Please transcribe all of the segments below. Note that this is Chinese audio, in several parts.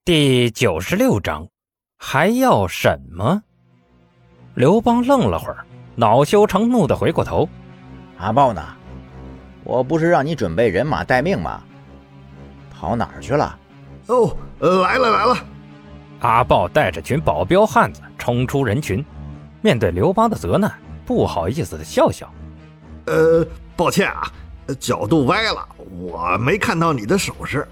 第96章，还要什么？刘邦愣了会儿，恼羞成怒地回过头。 阿豹呢？我不是让你准备人马待命吗？跑哪儿去了？ 来了。 阿豹带着群保镖汉子冲出人群，面对刘邦的责难，不好意思地笑笑。 抱歉啊，角度歪了，我没看到你的手势。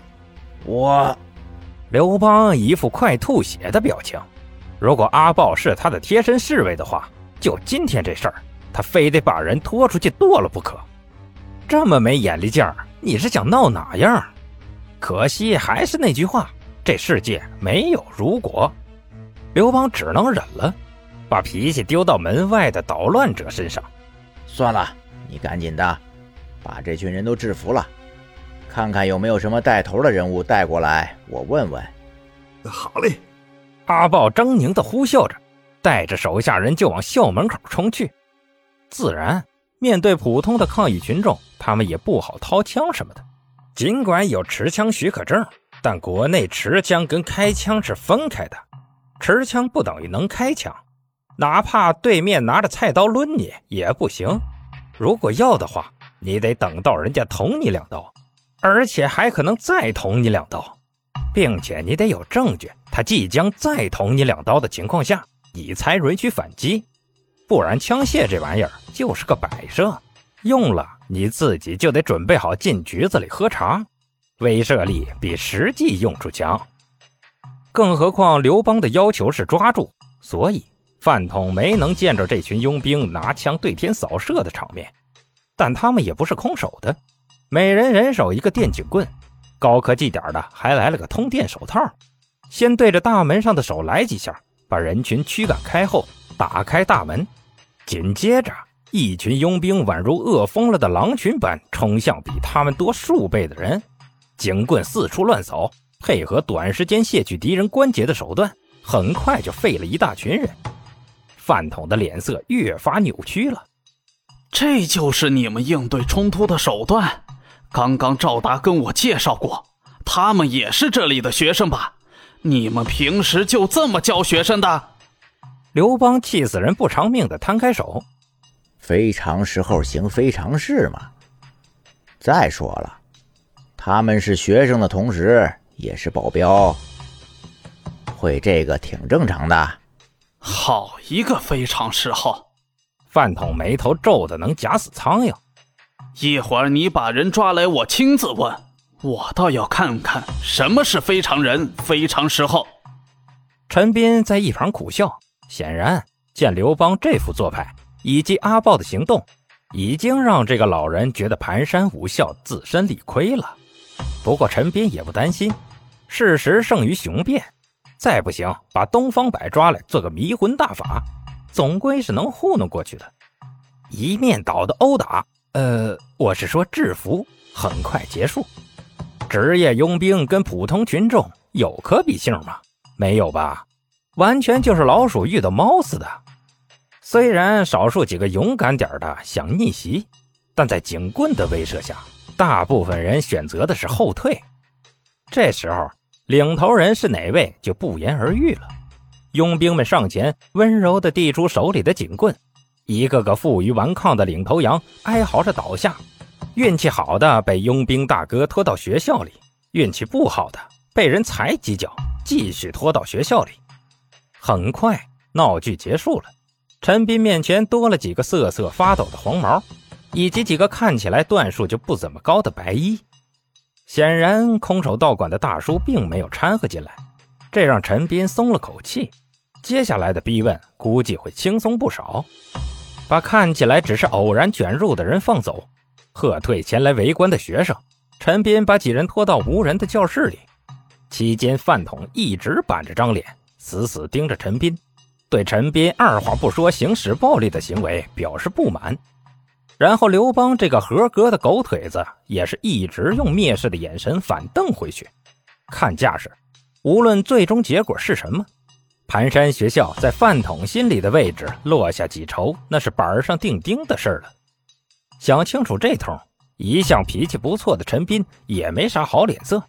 刘邦一副快吐血的表情。如果阿豹是他的贴身侍卫的话，就今天这事儿，他非得把人拖出去剁了不可。这么没眼力劲儿，你是想闹哪样？可惜还是那句话，这世界没有如果。刘邦只能忍了，把脾气丢到门外的捣乱者身上。 算了，你赶紧的把这群人都制服了，看看有没有什么带头的人物带过来，我问问。 好嘞。 阿豹狰狞地呼啸着，带着手下人就往校门口冲去。自然，面对普通的抗议群众，他们也不好掏枪什么的。尽管有持枪许可证，但国内持枪跟开枪是分开的。持枪不等于能开枪，哪怕对面拿着菜刀抡你也不行。如果要的话，你得等到人家捅你2刀，而且还可能再捅你2刀，并且你得有证据他即将再捅你2刀的情况下，你才允许反击。不然枪械这玩意儿就是个摆设，用了你自己就得准备好进局子里喝茶，威慑力比实际用处强。更何况刘邦的要求是抓住，所以饭桶没能见着这群佣兵拿枪对天扫射的场面。但他们也不是空手的，每人人手一个电警棍，高科技点的还来了个通电手套，先对着大门上的手来几下，把人群驱赶开后打开大门。紧接着一群佣兵宛如饿疯了的狼群般冲向比他们多数倍的人，警棍四处乱扫，配合短时间卸去敌人关节的手段，很快就废了一大群人。饭桶的脸色越发扭曲了。 这就是你们应对冲突的手段？刚刚赵达跟我介绍过，他们也是这里的学生吧？你们平时就这么教学生的？ 刘邦气死人不偿命的摊开手。 非常时候行非常事嘛。再说了，他们是学生的同时也是保镖，会这个挺正常的。 好一个非常时候！ 饭桶眉头皱得能夹死苍蝇。 一会儿你把人抓来，我亲自问，我倒要看看什么是非常人非常时候。 陈斌在一旁苦笑，显然见刘邦这副做派以及阿豹的行动，已经让这个老人觉得盘山武校自身理亏了。不过陈斌也不担心，事实胜于雄辩，再不行把东方白抓来做个迷魂大法，总归是能糊弄过去的。一面倒的殴打，我是说制服，很快结束。职业佣兵跟普通群众有可比性吗？没有吧，完全就是老鼠遇到猫似的。虽然少数几个勇敢点的想逆袭，但在警棍的威慑下，大部分人选择的是后退。这时候领头人是哪位就不言而喻了。佣兵们上前温柔地递出手里的警棍，一个个负隅顽抗的领头羊哀嚎着倒下。运气好的被佣兵大哥拖到学校里，运气不好的被人踩几脚，继续拖到学校里。很快闹剧结束了，陈斌面前多了几个瑟瑟发抖的黄毛，以及几个看起来段数就不怎么高的白衣。显然空手道馆的大叔并没有掺和进来，这让陈斌松了口气。接下来的逼问估计会轻松不少。把看起来只是偶然卷入的人放走，喝退前来围观的学生，陈斌把几人拖到无人的教室里。期间饭桶一直板着张脸，死死盯着陈斌，对陈斌二话不说行使暴力的行为表示不满。然后刘邦这个合格的狗腿子也是一直用蔑视的眼神反瞪回去。看架势，无论最终结果是什么，盘山学校在饭桶心里的位置落下几筹，那是板上钉钉的事了。想清楚这通，一向脾气不错的陈斌也没啥好脸色。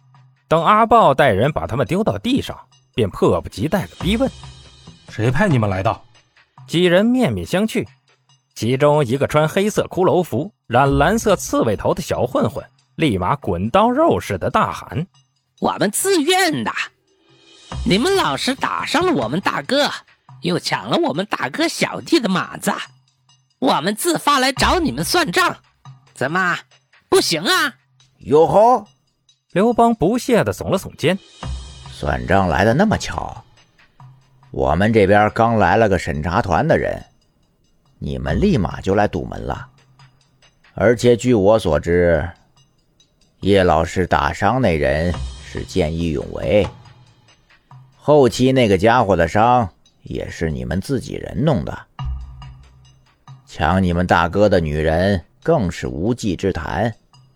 等阿豹带人把他们丢到地上，便迫不及待地逼问： 谁派你们来的？ 几人面面相觑，其中一个穿黑色骷髅服、染蓝色刺猬头的小混混立马滚刀肉似的大喊： 我们自愿的，你们老师打伤了我们大哥，又抢了我们大哥小弟的马子，我们自发来找你们算账，怎么不行啊？ 哟吼！ 刘邦不屑地耸了耸肩， 算账来的那么巧，我们这边刚来了个审查团的人，你们立马就来堵门了。而且据我所知，叶老师打伤那人是见义勇为，后期那个家伙的伤也是你们自己人弄的，抢你们大哥的女人更是无稽之谈。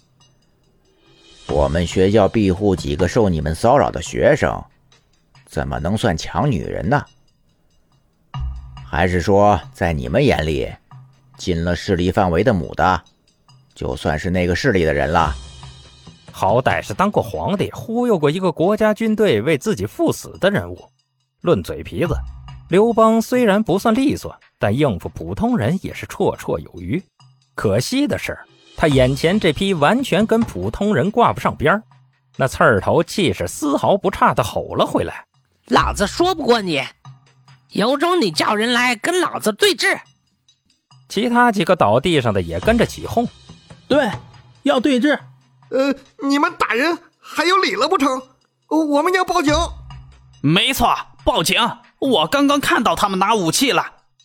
我们学校庇护几个受你们骚扰的学生，怎么能算抢女人呢？还是说在你们眼里，进了势力范围的母的就算是那个势力的人了？ 好歹是当过皇帝，忽悠过一个国家军队为自己赴死的人物，论嘴皮子，刘邦虽然不算利索，但应付普通人也是绰绰有余。可惜的是，他眼前这批完全跟普通人挂不上边，那刺儿头气势丝毫不差地吼了回来： 老子说不过你，有种你叫人来跟老子对峙！ 其他几个倒地上的也跟着起哄： 对，要对峙！ 你们打人还有理了不成？我们要报警！ 没错，报警！我刚刚看到他们拿武器了。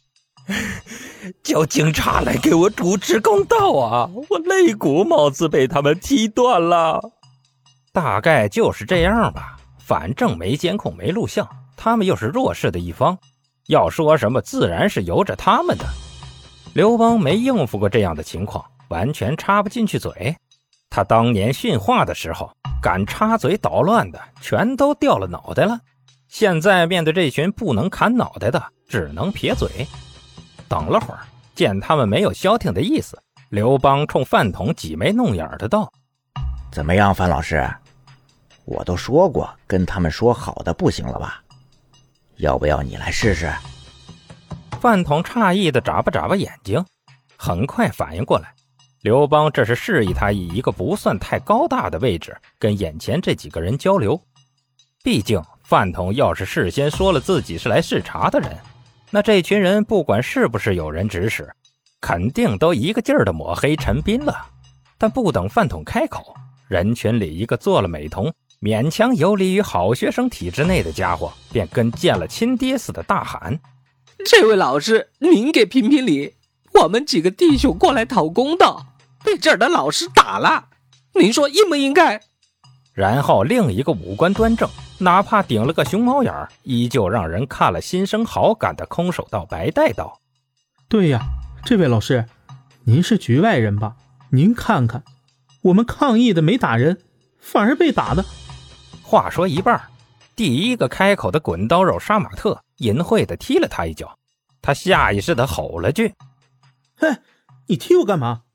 叫警察来给我主持公道啊！我肋骨貌似被他们踢断了。大概就是这样吧，反正没监控没录像，他们又是弱势的一方，要说什么自然是由着他们的。刘邦没应付过这样的情况，完全插不进去嘴。他当年训话的时候，敢插嘴捣乱的全都掉了脑袋了，现在面对这群不能砍脑袋的，只能撇嘴。等了会儿，见他们没有消停的意思，刘邦冲饭桶挤眉弄眼的道： 怎么样，范老师？我都说过跟他们说好的不行了吧？要不要你来试试？ 饭桶诧异的眨巴眨巴眼睛，很快反应过来，刘邦这是示意他以一个不算太高大的位置跟眼前这几个人交流。毕竟饭桶要是事先说了自己是来视察的人，那这群人不管是不是有人指使，肯定都一个劲儿的抹黑陈斌了。但不等饭桶开口，人群里一个做了美瞳，勉强游离于好学生体制内的家伙便跟见了亲爹似的大喊： 这位老师，您给评评理，我们几个弟兄过来讨公道，被这儿的老师打了，您说应不应该？ 然后另一个五官端正，哪怕顶了个熊猫眼，依旧让人看了心生好感的空手道白带道： 对呀，这位老师，您是局外人吧？您看看，我们抗议的没打人，反而被打的。 话说一半，第一个开口的滚刀肉杀马特淫秽地踢了他一脚，他下意识地吼了句： 嘿，你踢我干嘛？